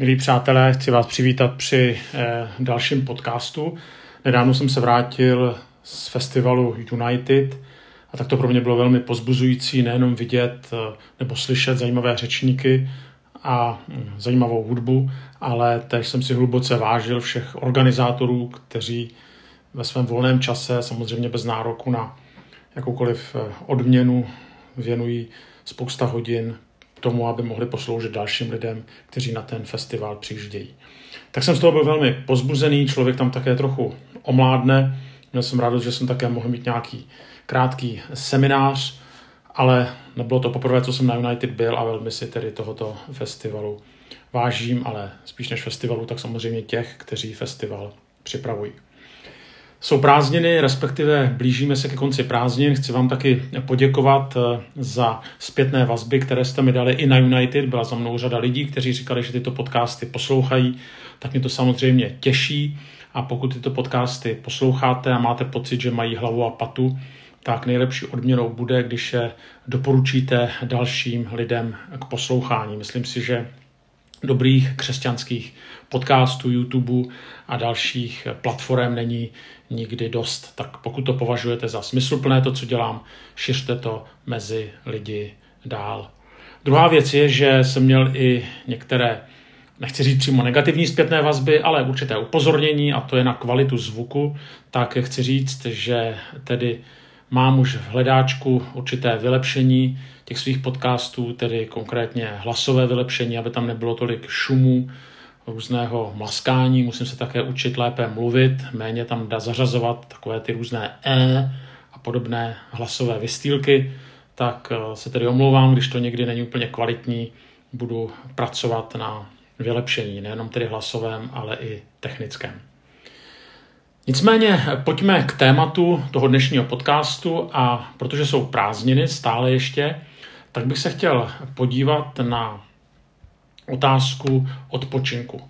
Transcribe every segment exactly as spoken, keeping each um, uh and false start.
Milí přátelé, chci vás přivítat při eh, dalším podcastu. Nedávno jsem se vrátil z festivalu United a tak to pro mě bylo velmi povzbuzující nejenom vidět eh, nebo slyšet zajímavé řečníky a hm, zajímavou hudbu, ale též jsem si hluboce vážil všech organizátorů, kteří ve svém volném čase, samozřejmě bez nároku na jakoukoliv eh, odměnu, věnují spousta hodin tomu, aby mohli posloužit dalším lidem, kteří na ten festival přijíždějí. Tak jsem z toho byl velmi pozbuzený, člověk tam také trochu omládne. Měl jsem rád, že jsem také mohl mít nějaký krátký seminář, ale nebylo to poprvé, co jsem na United byl a velmi si tedy tohoto festivalu vážím, ale spíš než festivalu, tak samozřejmě těch, kteří festival připravují. Jsou prázdniny, respektive blížíme se ke konci prázdnin. Chci vám taky poděkovat za zpětné vazby, které jste mi dali i na United. Byla za mnou řada lidí, kteří říkali, že tyto podcasty poslouchají, tak mě to samozřejmě těší. A pokud tyto podcasty posloucháte a máte pocit, že mají hlavu a patu, tak nejlepší odměnou bude, když je doporučíte dalším lidem k poslouchání. Myslím si, že dobrých křesťanských podcastů, YouTube a dalších platform není nikdy dost. Tak pokud to považujete za smysluplné, to, co dělám, šiřte to mezi lidi dál. Druhá věc je, že jsem měl i některé, nechci říct přímo negativní zpětné vazby, ale určité upozornění, a to je na kvalitu zvuku. Tak chci říct, že tedy mám už v hledáčku určité vylepšení těch svých podcastů, tedy konkrétně hlasové vylepšení, aby tam nebylo tolik šumů, různého mlaskání. Musím se také učit lépe mluvit, méně tam dá zařazovat takové ty různé e a podobné hlasové vystýlky. Tak se tedy omlouvám, když to někdy není úplně kvalitní, budu pracovat na vylepšení, nejenom tedy hlasovém, ale i technickém. Nicméně pojďme k tématu toho dnešního podcastu a protože jsou prázdniny stále ještě, tak bych se chtěl podívat na otázku odpočinku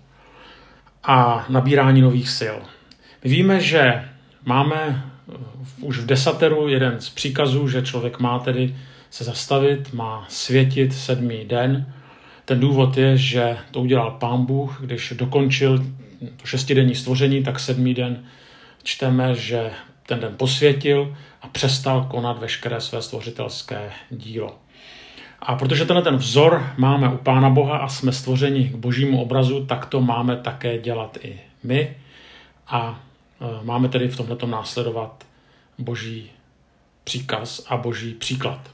a nabírání nových sil. My víme, že máme už v desateru jeden z příkazů, že člověk má tedy se zastavit, má světit sedmý den. Ten důvod je, že to udělal Pán Bůh, když dokončil to šestidenní stvoření, tak sedmý den čteme, že ten den posvětil a přestal konat veškeré své stvořitelské dílo. A protože tenhle ten vzor máme u Pána Boha a jsme stvořeni k božímu obrazu, tak to máme také dělat i my. A máme tedy v tomhletom následovat boží příkaz a boží příklad.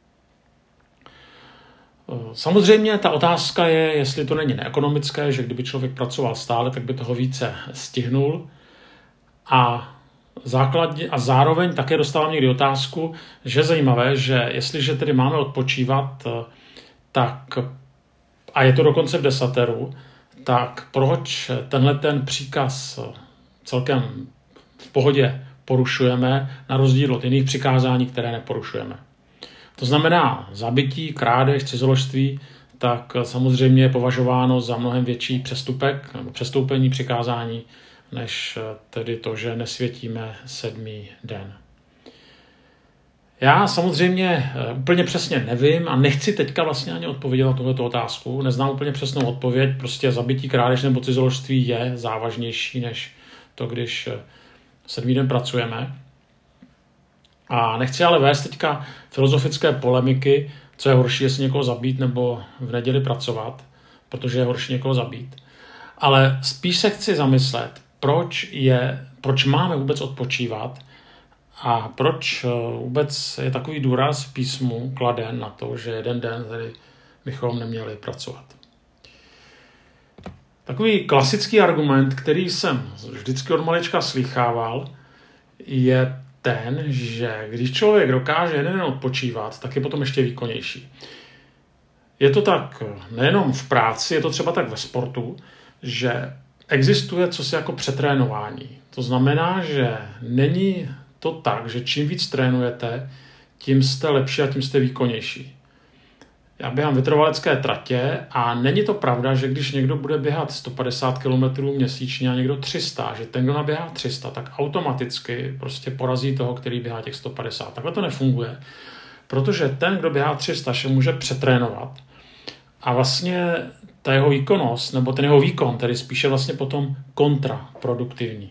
Samozřejmě ta otázka je, jestli to není neekonomické, že kdyby člověk pracoval stále, tak by toho více stihnul. A základně a zároveň také dostávám někdy otázku, že je zajímavé, že jestliže tedy máme odpočívat, tak a je to dokonce v desateru, tak proč tenhle ten příkaz celkem v pohodě porušujeme na rozdíl od jiných přikázání, které neporušujeme. To znamená zabití, krádež, cizoložství, tak samozřejmě je považováno za mnohem větší přestupek nebo přestoupení přikázání, než tedy to, že nesvětíme sedmý den. Já samozřejmě úplně přesně nevím a nechci teďka vlastně ani odpovědět na tuto otázku. Neznám úplně přesnou odpověď, prostě zabití, krádež nebo cizoložství je závažnější než to, když sedmý den pracujeme. A nechci ale vést teďka filozofické polemiky, co je horší, jestli někoho zabít nebo v neděli pracovat, protože je horší někoho zabít. Ale spíš se chci zamyslet, proč, je, proč máme vůbec odpočívat a proč vůbec je takový důraz v písmu kladen na to, že jeden den tady bychom neměli pracovat. Takový klasický argument, který jsem vždycky od malička slýchával, je ten, že když člověk dokáže jeden den odpočívat, tak je potom ještě výkonnější. Je to tak nejenom v práci, je to třeba tak ve sportu, že existuje cosi jako přetrénování. To znamená, že není to tak, že čím víc trénujete, tím jste lepší a tím jste výkonnější. Já běhám vytrvalecké tratě a není to pravda, že když někdo bude běhat sto padesát kilometrů měsíčně a někdo tři sta, že ten, kdo naběhá tři sta, tak automaticky prostě porazí toho, který běhá těch sto padesát. Takhle to nefunguje, protože ten, kdo běhá tři sta, se může přetrénovat a vlastně ta jeho výkonnost, nebo ten jeho výkon, tedy spíše vlastně potom kontraproduktivní.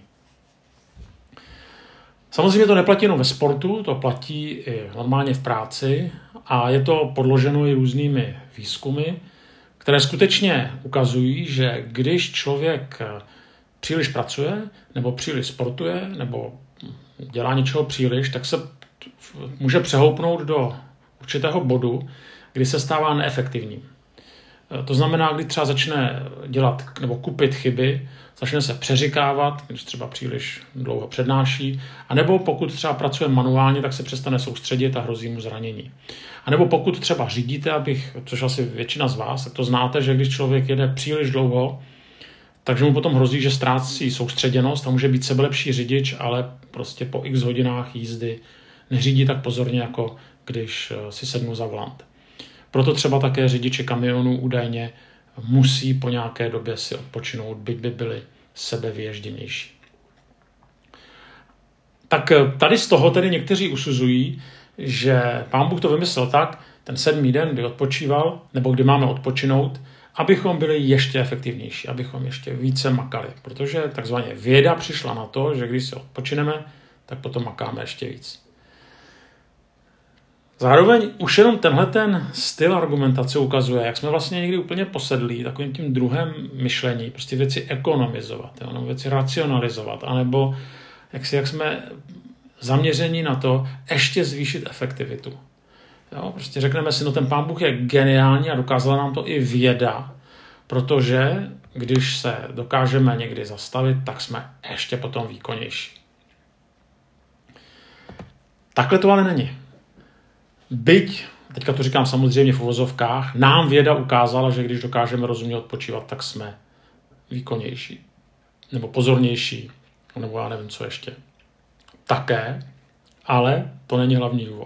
Samozřejmě to neplatí jenom ve sportu, to platí i normálně v práci a je to podloženo i různými výzkumy, které skutečně ukazují, že když člověk příliš pracuje, nebo příliš sportuje, nebo dělá něčeho příliš, tak se může přehoupnout do určitého bodu, kdy se stává neefektivním. To znamená, kdy třeba začne dělat nebo kupit chyby, začne se přeříkávat, když třeba příliš dlouho přednáší, anebo pokud třeba pracuje manuálně, tak se přestane soustředit a hrozí mu zranění. A nebo pokud třeba řídíte, abych, což asi většina z vás, tak to znáte, že když člověk jede příliš dlouho, takže mu potom hrozí, že ztrácí soustředěnost a může být sebelepší řidič, ale prostě po x hodinách jízdy neřídí tak pozorně, jako když si sednu za volant. Proto třeba také řidiči kamionů údajně musí po nějaké době si odpočinout, byť by byli sebevyježděnější. Tak tady z toho tedy někteří usuzují, že Pán Bůh to vymyslel tak, ten sedmý den, kdy odpočíval, nebo kdy máme odpočinout, abychom byli ještě efektivnější, abychom ještě více makali. Protože takzvaně věda přišla na to, že když si odpočineme, tak potom makáme ještě víc. Zároveň už jenom tenhle ten styl argumentace ukazuje, jak jsme vlastně někdy úplně posedlí takovým tím druhem myšlení, prostě věci ekonomizovat, jo, nebo věci racionalizovat, anebo jak, si, jak jsme zaměření na to ještě zvýšit efektivitu. Jo, prostě řekneme si, no ten Pán Bůh je geniální a dokázala nám to i věda, protože když se dokážeme někdy zastavit, tak jsme ještě potom výkonnější. Takhle to ale není. Byť, teďka to říkám samozřejmě v uvozovkách, nám věda ukázala, že když dokážeme rozumně odpočívat, tak jsme výkonnější. Nebo pozornější. Nebo já nevím, co ještě. Také, ale to není hlavní důvod.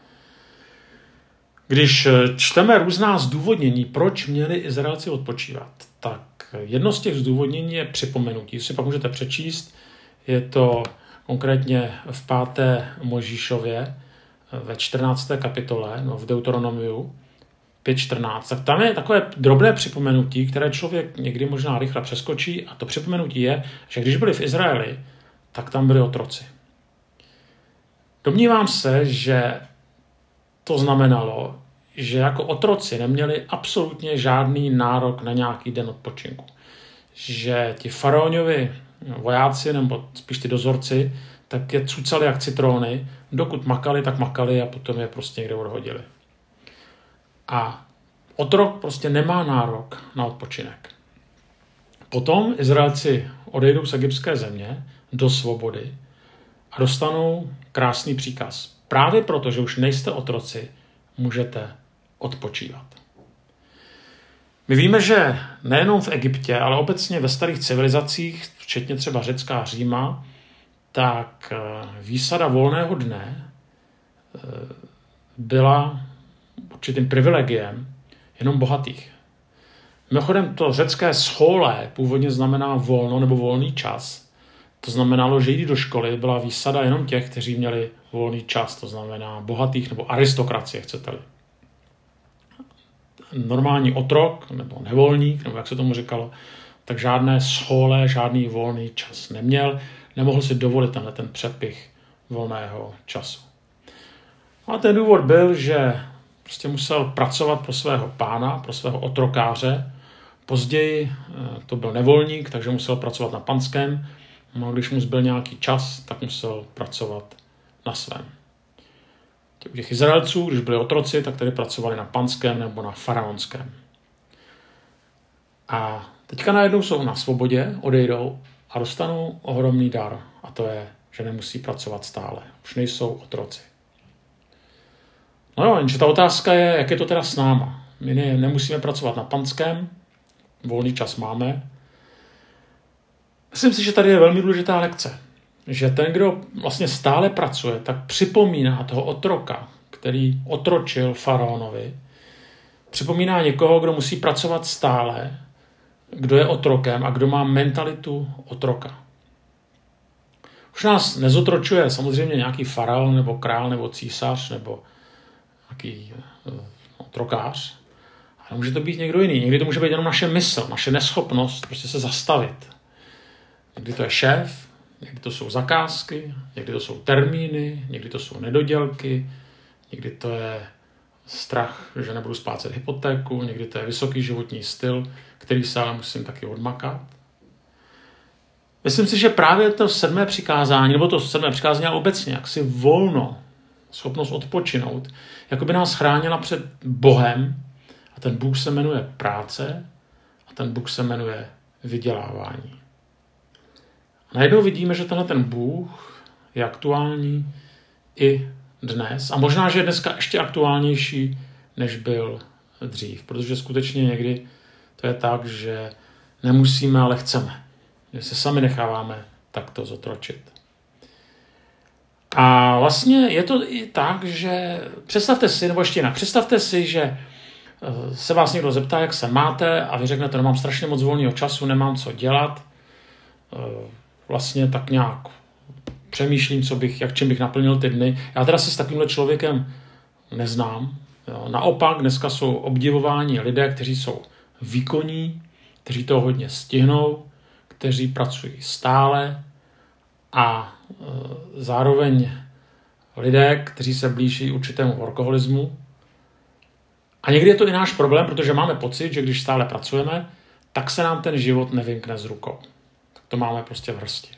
Když čteme různá zdůvodnění, proč měli Izraelci odpočívat, tak jedno z těch zdůvodnění je připomenutí. Si pak můžete přečíst, je to konkrétně v páté Mojžíšově, ve čtrnácté kapitole, no v Deuteronomiu pět čtrnáct, tak tam je takové drobné připomenutí, které člověk někdy možná rychle přeskočí a to připomenutí je, že když byli v Izraeli, tak tam byli otroci. Domnívám se, že to znamenalo, že jako otroci neměli absolutně žádný nárok na nějaký den odpočinku. Že ti faraonovi vojáci, nebo spíš ty dozorci, tak je cucali jak citróny, dokud makali, tak makali a potom je prostě někde odhodili. A otrok prostě nemá nárok na odpočinek. Potom Izraelci odejdou z egyptské země do svobody a dostanou krásný příkaz. Právě proto, že už nejste otroci, můžete odpočívat. My víme, že nejenom v Egyptě, ale obecně ve starých civilizacích, včetně třeba Řecka a Říma, tak výsada volného dne byla určitým privilegiem jenom bohatých. Mimochodem to řecké schole původně znamená volno nebo volný čas. To znamenalo, že jít do školy byla výsada jenom těch, kteří měli volný čas, to znamená bohatých nebo aristokracie, chcete-li. Normální otrok nebo nevolník, nebo jak se tomu říkalo, tak žádné schole, žádný volný čas neměl, nemohl si dovolit tenhle ten přepich volného času. A ten důvod byl, že prostě musel pracovat pro svého pána, pro svého otrokáře. Později to byl nevolník, takže musel pracovat na panském. No, když mu zbyl nějaký čas, tak musel pracovat na svém. U těch Izraelců, když byli otroci, tak tedy pracovali na panském nebo na faraonském. A teďka najednou jsou na svobodě, odejdou a dostanou ohromný dar. A to je, že nemusí pracovat stále. Už nejsou otroci. No jo, jenže ta otázka je, jak je to teda s náma. My ne, nemusíme pracovat na panském, volný čas máme. Myslím si, že tady je velmi důležitá lekce. Že ten, kdo vlastně stále pracuje, tak připomíná toho otroka, který otročil faraonovi. Připomíná někoho, kdo musí pracovat stále, kdo je otrokem a kdo má mentalitu otroka. Už nás nezotročuje samozřejmě nějaký faraon nebo král nebo císař nebo nějaký otrokář, Ale může to být někdo jiný. Někdy to může být jenom naše mysl, naše neschopnost prostě se zastavit. Někdy to je šéf, někdy to jsou zakázky, někdy to jsou termíny, někdy to jsou nedodělky, někdy to je strach, že nebudu splácet hypotéku, někdy to je vysoký životní styl, který se ale musím taky odmakat. Myslím si, že právě to sedmé přikázání, nebo to sedmé přikázání obecně, jak si volno, schopnost odpočinout, jako by nás chránila před Bohem, a ten Bůh se jmenuje práce a ten Bůh se jmenuje vydělávání. A najednou vidíme, že tenhle ten Bůh je aktuální i dnes. A možná, že je dneska ještě aktuálnější, než byl dřív. Protože skutečně někdy to je tak, že nemusíme, ale chceme. Že se sami necháváme takto zotročit. A vlastně je to i tak, že představte si, nebo ještě jinak, představte si, že se vás někdo zeptá, jak se máte a vy řeknete, no mám strašně moc volného času, nemám co dělat. Vlastně tak nějak přemýšlím, co bych, jak čím bych naplnil ty dny. Já teda se s takovýmhle člověkem neznám. Jo. Naopak dneska jsou obdivováni lidé, kteří jsou výkonní, kteří toho hodně stihnou, kteří pracují stále a e, zároveň lidé, kteří se blíží určitému workoholismu. A někdy je to i náš problém, protože máme pocit, že když stále pracujeme, tak se nám ten život nevymkne z rukou. Tak to máme prostě v hrsti.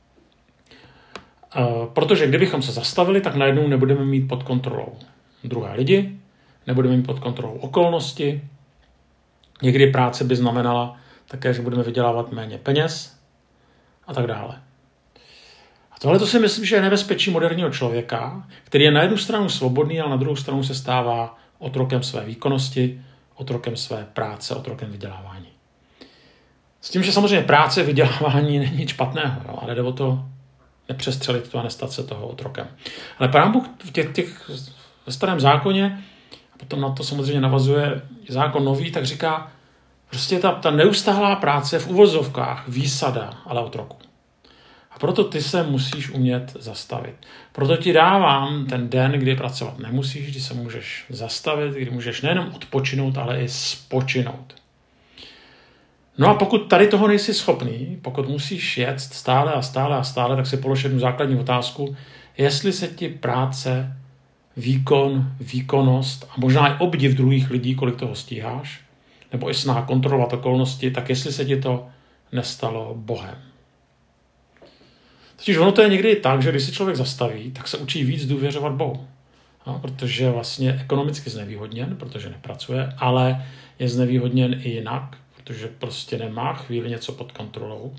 E, protože kdybychom se zastavili, tak najednou nebudeme mít pod kontrolou druhé lidi, nebudeme mít pod kontrolou okolnosti. Někdy práce by znamenala také, že budeme vydělávat méně peněz a tak dále. A tohle to si myslím, že je nebezpečí moderního člověka, který je na jednu stranu svobodný, ale na druhou stranu se stává otrokem své výkonnosti, otrokem své práce, otrokem vydělávání. S tím, že samozřejmě práce, vydělávání není nic špatného, jo, ale jde o to nepřestřelit to a nestat se toho otrokem. Ale Pán Bůh v těch, těch ve starém zákoně, a potom na to samozřejmě navazuje zákon nový, tak říká, prostě ta, ta neustálá práce v uvozovkách, výsada, ale otroku. A proto ty se musíš umět zastavit. Proto ti dávám ten den, kdy pracovat nemusíš, kdy se můžeš zastavit, kdy můžeš nejenom odpočinout, ale i spočinout. No a pokud tady toho nejsi schopný, pokud musíš jet stále a stále a stále, tak si polož jednu základní otázku, jestli se ti práce, výkon, výkonnost a možná i obdiv druhých lidí, kolik toho stíháš, nebo i snaha kontrolovat okolnosti, tak jestli se ti to nestalo Bohem. Totiž ono to je někdy tak, že když se člověk zastaví, tak se učí víc důvěřovat Bohu. No, protože je vlastně ekonomicky znevýhodněn, protože nepracuje, ale je znevýhodněn i jinak, protože prostě nemá chvíli něco pod kontrolou.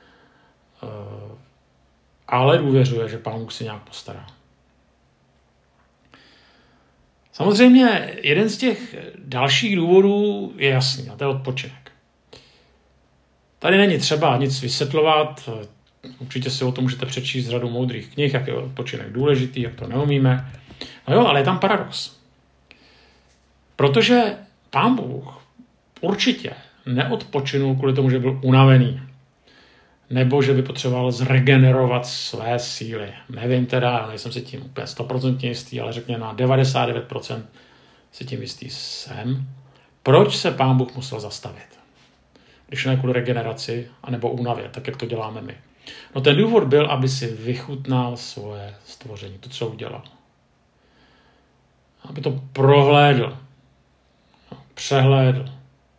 Ale důvěřuje, že Pán Bůh si nějak postará. Samozřejmě jeden z těch dalších důvodů je jasný, a to je odpočinek. Tady není třeba nic vysvětlovat, určitě si o tom můžete přečíst řadu moudrých knih, jak je odpočinek důležitý, jak to neumíme. No jo, ale je tam paradox. Protože Pán Bůh určitě neodpočinul kvůli tomu, že byl unavený, nebo že by potřeboval zregenerovat své síly. Nevím teda, nejsem si tím úplně sto procent jistý, ale řekněme na devadesát devět procent si tím jistý jsem. Proč se Pán Bůh musel zastavit? Když ne kvůli regeneraci, anebo únavě, tak jak to děláme my. No ten důvod byl, aby si vychutnal svoje stvoření, to, co udělal. Aby to prohlédl, přehlédl.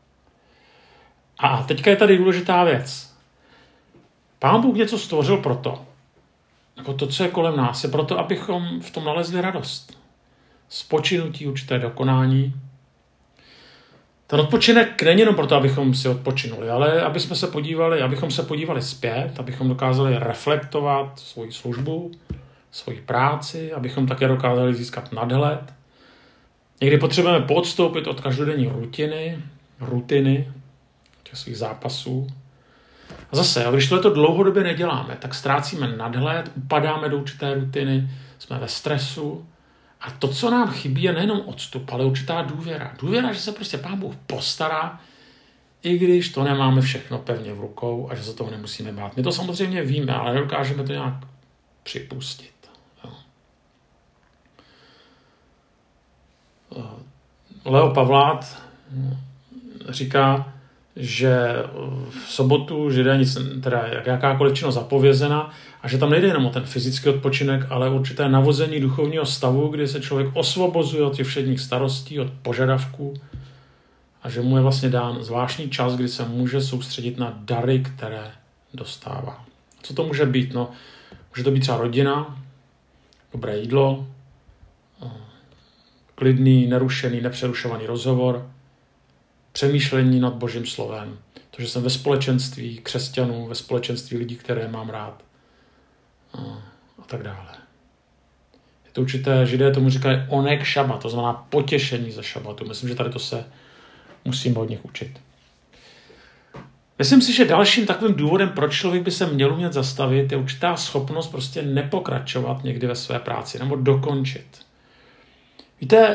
A teďka je tady důležitá věc. Pán Bůh něco stvořil proto, jako to, co je kolem nás, je proto, abychom v tom nalezli radost. Spočinutí, určité dokonání. Ten odpočinek není jenom proto, abychom si odpočinuli, ale aby jsme se podívali, abychom se podívali zpět, abychom dokázali reflektovat svoji službu, svoji práci, abychom také dokázali získat nadhled. Někdy potřebujeme podstoupit od každodenní rutiny, rutiny, těch svých zápasů. A zase, když tohleto dlouhodobě neděláme, tak ztrácíme nadhled, upadáme do určité rutiny, jsme ve stresu. A to, co nám chybí, je nejenom odstup, ale určitá důvěra. Důvěra, že se prostě Pán Bůh postará, i když to nemáme všechno pevně v rukou a že se toho nemusíme bát. My to samozřejmě víme, ale nedokážeme to nějak připustit. Jo. Leo Pavlát říká, že v sobotu židé nic, teda jakákoliv činnost zapovězena a že tam nejde jenom o ten fyzický odpočinek, ale určité navození duchovního stavu, kdy se člověk osvobozuje od těch všedních starostí, od požadavků a že mu je vlastně dán zvláštní čas, kdy se může soustředit na dary, které dostává. Co to může být? No, může to být třeba rodina, dobré jídlo, klidný, nerušený, nepřerušovaný rozhovor, přemýšlení nad Božím slovem, to, že jsem ve společenství křesťanů, ve společenství lidí, které mám rád a tak dále. Je to určité, židé tomu říkají onek šabat, to znamená potěšení ze šabatu. Myslím, že tady to se musím od nich učit. Myslím si, že dalším takovým důvodem, proč člověk by se měl umět zastavit, je určitá schopnost prostě nepokračovat někdy ve své práci nebo dokončit. Víte,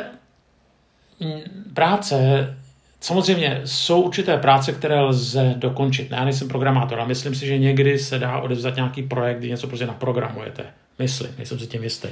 práce, samozřejmě jsou určité práce, které lze dokončit. Já nejsem programátor a myslím si, že někdy se dá odevzdat nějaký projekt, kdy něco prostě naprogramujete. Myslím, nejsem si tím jistý.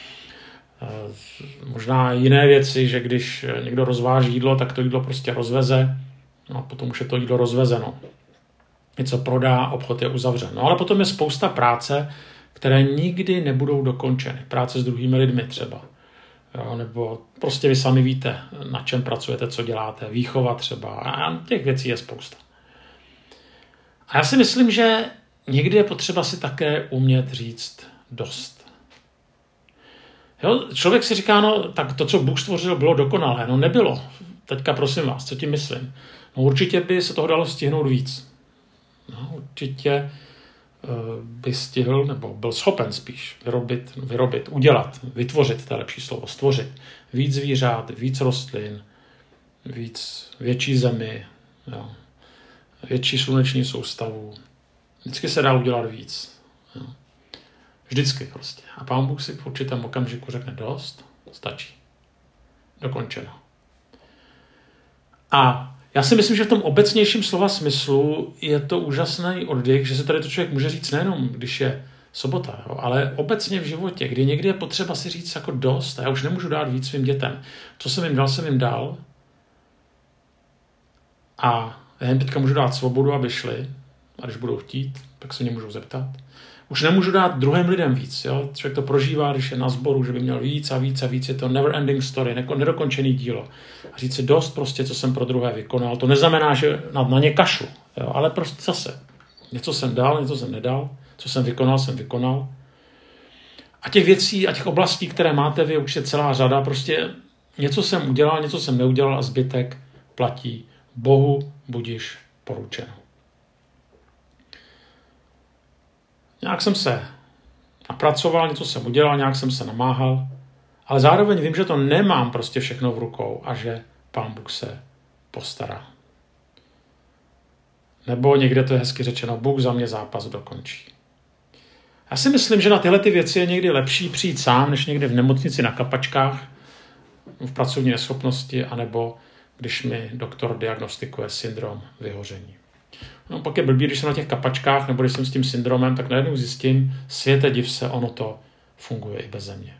Možná jiné věci, že když někdo rozváží jídlo, tak to jídlo prostě rozveze, no a potom už je to jídlo rozvezeno. Něco prodá, obchod je uzavřen. No ale potom je spousta práce, které nikdy nebudou dokončeny. Práce s druhými lidmi třeba. Jo, nebo prostě vy sami víte, na čem pracujete, co děláte, výchova třeba. A těch věcí je spousta. A já si myslím, že někdy je potřeba si také umět říct dost. Jo, člověk si říká, no tak to, co Bůh stvořil, bylo dokonalé. No nebylo. Teďka prosím vás, co tím myslím? No určitě by se toho dalo stihnout víc. No, určitě by stihl, nebo byl schopen spíš vyrobit, vyrobit, udělat, vytvořit, to je lepší slovo, stvořit víc zvířat, víc rostlin, víc, větší zemi, jo, větší sluneční soustavu. Vždycky se dá udělat víc. Jo. Vždycky prostě. A Pán Bůh si v určitém okamžiku řekne dost, stačí. Dokončeno. A já si myslím, že v tom obecnějším slova smyslu je to úžasný oddych, že se tady to člověk může říct nejenom, když je sobota, jo, ale obecně v životě, kdy někdy je potřeba si říct jako dost a já už nemůžu dát víc svým dětem. Co jsem jim dal, jsem jim dal a já jim teďka můžu dát svobodu, aby šli a když budou chtít, tak se mě můžou zeptat. Už nemůžu dát druhým lidem víc. Jo? Člověk to prožívá, když je na sboru, že by měl víc a víc a víc. Je to never ending story, nedokončený dílo. A říct si dost prostě, co jsem pro druhé vykonal. To neznamená, že na, na ně kašlu, jo? Ale prostě zase. Něco jsem dal, něco jsem nedal. Co jsem vykonal, jsem vykonal. A těch věcí a těch oblastí, které máte vy, už je celá řada. Prostě něco jsem udělal, něco jsem neudělal a zbytek platí. Bohu budiš poručeno. Nějak jsem se napracoval, něco jsem udělal, nějak jsem se namáhal, ale zároveň vím, že to nemám prostě všechno v rukou a že Pán Bůh se postará. Nebo někde to je hezky řečeno, Bůh za mě zápas dokončí. Já si myslím, že na tyhle ty věci je někdy lepší přijít sám, než někde v nemocnici na kapačkách, v pracovní neschopnosti, anebo když mi doktor diagnostikuje syndrom vyhoření. No, pak je blbý, když jsem na těch kapačkách, nebo když jsem s tím syndromem, tak najednou zjistím, světe div se, ono to funguje i beze mě.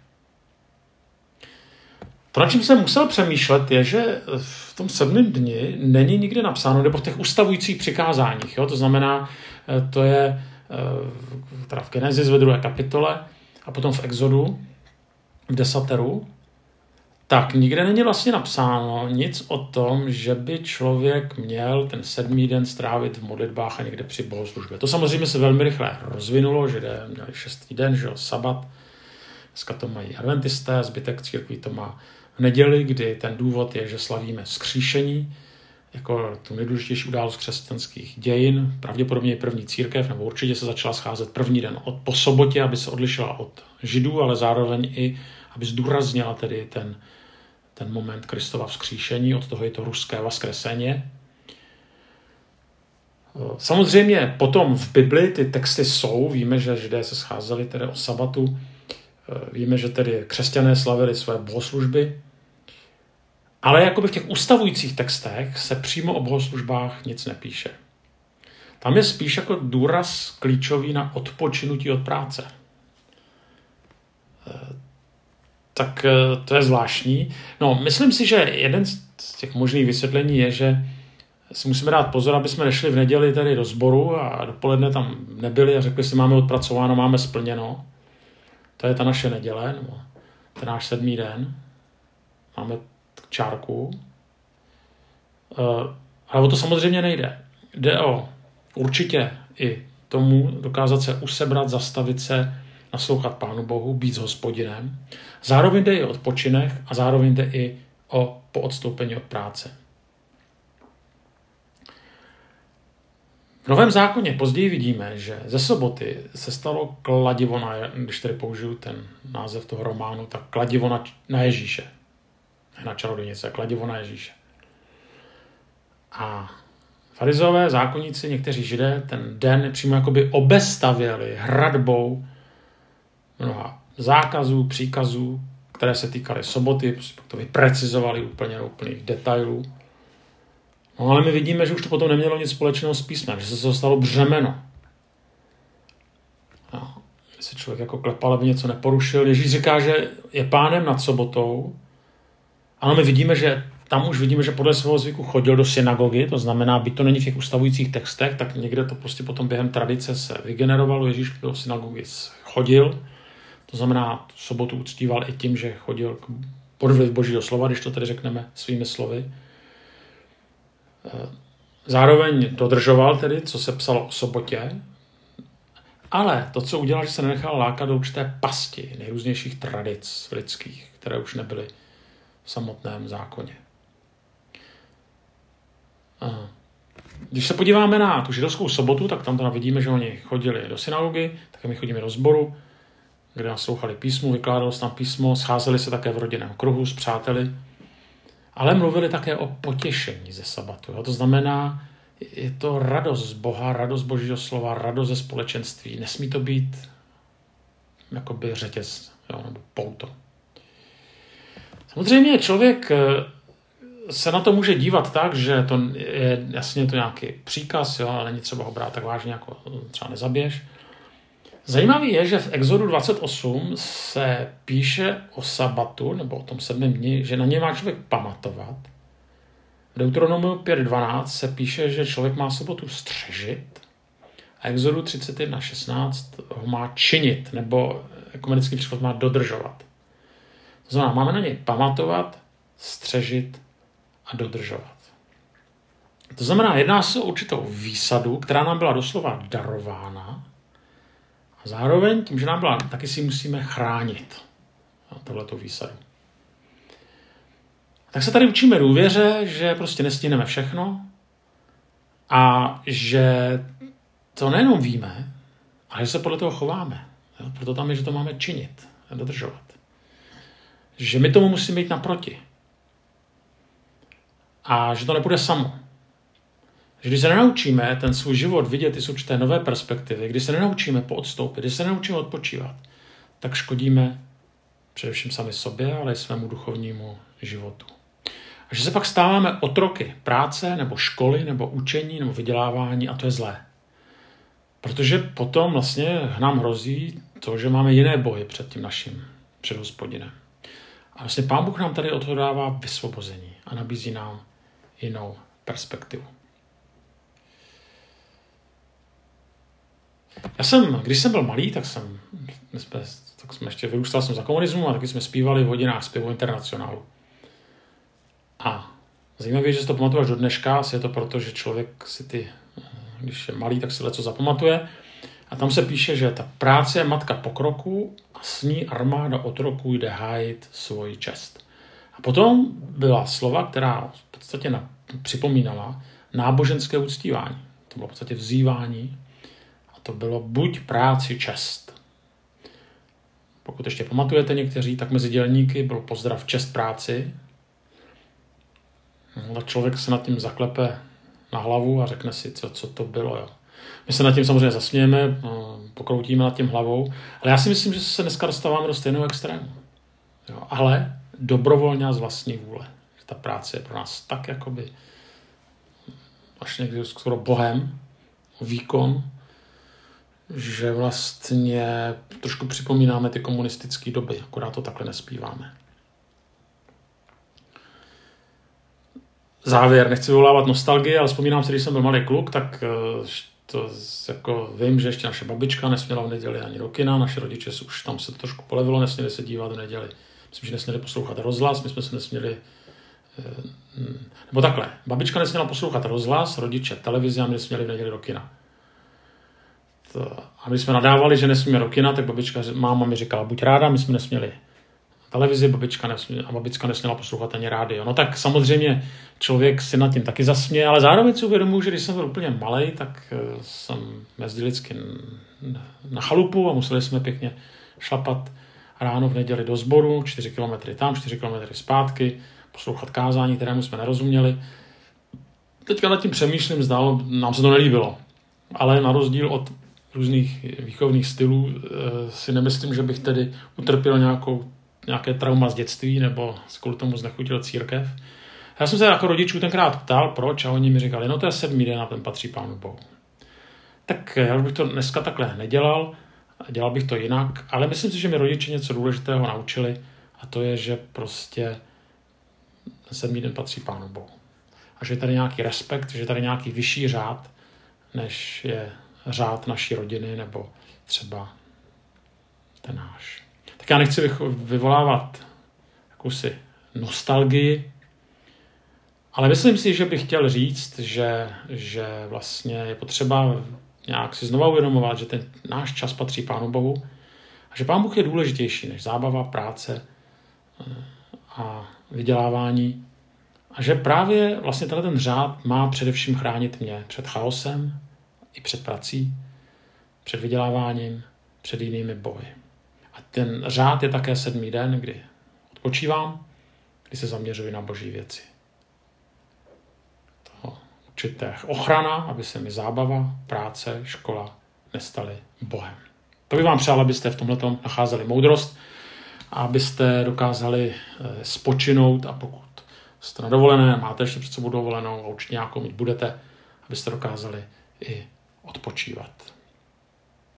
To, na čím jsem musel přemýšlet, je, že v tom sedmém dni není nikde napsáno, nebo v těch ustavujících přikázáních. Jo? To znamená, to je teda v Genesis ve druhé kapitole a potom v Exodu, v desateru, tak nikde není vlastně napsáno nic o tom, že by člověk měl ten sedmý den strávit v modlitbách a někde při bohoslužbě. To samozřejmě se velmi rychle rozvinulo, že jde, měli šestý den, že jo, sabat. Dneska to mají adventisté, zbytek církví to má v neděli, kdy ten důvod je, že slavíme vzkříšení, jako tu nejdůležitější událost křesťanských dějin. Pravděpodobně první církev, nebo určitě se začala scházet první den od, po sobotě, aby se odlišila od Židů, ale zároveň i, aby zdůraznila tedy ten ten moment Kristova vzkříšení, od toho je to ruské vaskreseně. Samozřejmě potom v Bibli ty texty jsou, víme, že Židé se scházeli tedy o sabatu, víme, že tedy křesťané slavili své bohoslužby, ale jakoby v těch ustavujících textech se přímo o bohoslužbách nic nepíše. Tam je spíš jako důraz klíčový na odpočinutí od práce. Tak to je zvláštní. No, myslím si, že jeden z z těch možných vysvětlení je, že si musíme dát pozor, aby jsme nešli v neděli tady do sboru a dopoledne tam nebyli a řekli si, máme odpracováno, máme splněno. To je ta naše neděle, nebo ten náš sedmý den. Máme čárku. Ale o to samozřejmě nejde. Jde o určitě i tomu dokázat se usebrat, zastavit se, naslouchat Pánu Bohu, být s Hospodinem. Zároveň jde i o odpočinek a zároveň jde i o poodstoupení od práce. V Novém zákoně později vidíme, že ze soboty se stalo kladivo, na, když tedy použiju ten název toho románu, tak kladivo na, na Ježíše. Ne na čarodějnice, kladivo na Ježíše. A farizové, zákonníci, někteří židé ten den přímo jakoby obestavěli hradbou mnoha zákazů, příkazů, které se týkaly soboty, to vyprecizovali úplně do úplných detailů. No ale my vidíme, že už to potom nemělo nic společného s písmem, že se to stalo břemeno. No, když se člověk jako klepal, aby něco neporušil. Ježíš říká, že je pánem nad sobotou. Ano, my vidíme, že tam už vidíme, že podle svého zvyku chodil do synagogy, to znamená, byť to není v těch ustavujících textech, tak někde to prostě potom během tradice se vygenerovalo. Ježíš do synagogy chodil, to znamená, sobotu uctíval i tím, že chodil k podvliv Božího slova, když to tedy řekneme svými slovy. Zároveň dodržoval tedy, co se psalo o sobotě, ale to, co udělal, že se nenechal lákat do určité pasti nejrůznějších tradic lidských, které už nebyly v samotném zákoně. Aha. Když se podíváme na tu židovskou sobotu, tak tam teda vidíme, že oni chodili do synagogy, tak my chodíme do sboru, kde naslouchali písmu, vykládalo se tam písmo, scházeli se také v rodinném kruhu s přáteli, ale mluvili také o potěšení ze sabatu. Jo? To znamená, je to radost z Boha, radost Božího slova, radost ze společenství. Nesmí to být jakoby řetěz, jo? Nebo pouto. Samozřejmě člověk se na to může dívat tak, že to je jasně to nějaký příkaz, jo? Ale není třeba ho brát tak vážně, jako třeba nezabiješ. Zajímavý je, že v Exodu dvacet osm se píše o sabatu, nebo o tom sedmém dni, že na něj má člověk pamatovat. V Deuteronomiu pět dvanáct se píše, že člověk má sobotu střežit a Exodu třicet jedna šestnáct ho má činit, nebo ekumenický překlad má dodržovat. To znamená, máme na něj pamatovat, střežit a dodržovat. To znamená, jedná se o určitou výsadu, která nám byla doslova darována, a zároveň tím, že nám byla, taky si musíme chránit tohleto výsadu. Tak se tady učíme důvěře, že prostě nestihneme všechno a že to nejenom víme, ale že se podle toho chováme. Jo? Proto tam je, že to máme činit a dodržovat. Že my tomu musíme jít naproti. A že to nebude samo. Že když se nenaučíme ten svůj život vidět i z určité nové perspektivy, když se nenaučíme poodstoupit, když se nenaučíme odpočívat, tak škodíme především sami sobě, ale i svému duchovnímu životu. A že se pak stáváme otroky práce, nebo školy, nebo učení, nebo vydělávání a to je zlé. Protože potom vlastně nám hrozí to, že máme jiné bohy před tím naším, před Hospodinem. A vlastně Pán Bůh nám tady od toho dává vysvobození a nabízí nám jinou perspektivu. Já jsem, když jsem byl malý, tak jsem, my jsme, tak jsme ještě vyrůstal jsem za komunismu a taky jsme zpívali v hodinách zpěvu Internacionálu. A zajímavé je, že si to pamatuješ do dneška, asi je to proto, že člověk si ty, když je malý, tak si leco zapamatuje. A tam se píše, že ta práce je matka pokroku a s ní armáda otroků jde hájit svoji čest. A potom byla slova, která v podstatě na, připomínala náboženské uctívání. To bylo v podstatě vzývání. To bylo buď práci čest. Pokud ještě pamatujete někteří, tak mezi dělníky byl pozdrav čest práci. No, tak člověk se nad tím zaklepe na hlavu a řekne si, co, co to bylo. Jo. My se nad tím samozřejmě zasmějeme, pokroutíme nad tím hlavou, ale já si myslím, že se dneska dostáváme do stejného extrému. Jo, ale dobrovolně a z vlastní vůle. Že ta práce je pro nás tak jakoby až někdy skoro bohem, výkon, že vlastně trošku připomínáme ty komunistické doby, akorát to takhle nespíváme. závěr, nechci vyvolávat nostalgii, ale vzpomínám si, když jsem byl malý kluk, tak to jako vím, že ještě naše babička nesměla v neděli ani do kina, naše rodiče už tam se to trošku polevilo, nesměli se dívat v neděli. Myslím, že nesměli poslouchat rozhlas, my jsme se nesměli, nebo takhle, babička nesměla poslouchat rozhlas, rodiče televizi a my nesměli v neděli do kina. To, a my jsme nadávali, že nesmíme do kina, tak babička, máma mi říkala, buď ráda, my jsme nesměli televizi, babička nesměla, a babička nesměla poslouchat ani rádio. No tak samozřejmě člověk si nad tím taky zasměje, ale zároveň si uvědomuji, že když jsem byl úplně malej, tak jsem jezdil vždycky na chalupu a museli jsme pěkně šlapat ráno v neděli do sboru, čtyři kilometry tam, čtyři kilometry zpátky, poslouchat kázání, kterému jsme nerozuměli. Teďka nad tím přemýšlím, zdálo, nám se to nelíbilo. Ale na rozdíl od různých výchovných stylů si nemyslím, že bych tedy utrpěl nějakou, nějaké trauma z dětství nebo kvůli tomu znechutil církev. Já jsem se jako rodičů tenkrát ptal, proč, a oni mi říkali, no to je sedmý den a ten patří Pánu Bohu. Tak já bych to dneska takhle nedělal, dělal bych to jinak, ale myslím si, že mi rodiče něco důležitého naučili a to je, že prostě ten sedmý den patří Pánu Bohu. A že je tady nějaký respekt, že je tady nějaký vyšší řád, než je řád naší rodiny nebo třeba ten náš. Tak já nechci vyvolávat jakousi nostalgii, ale myslím si, že bych chtěl říct, že, že vlastně je potřeba nějak si znovu uvědomovat, že ten náš čas patří Pánu Bohu a že Pán Bůh je důležitější než zábava, práce a vydělávání a že právě vlastně tenhle ten řád má především chránit mě před chaosem i před prací, před vyděláváním, před jinými boji. A ten řád je také sedmý den, kdy odpočívám, kdy se zaměřuji na boží věci. To určitě ochrana, aby se mi zábava, práce, škola nestaly Bohem. To bych vám přál, abyste v tomhletom nacházeli moudrost a abyste dokázali spočinout a pokud jste na dovolené, máte ještě před sebou dovolenou a určitě nějakou mít budete, abyste dokázali i odpočívat.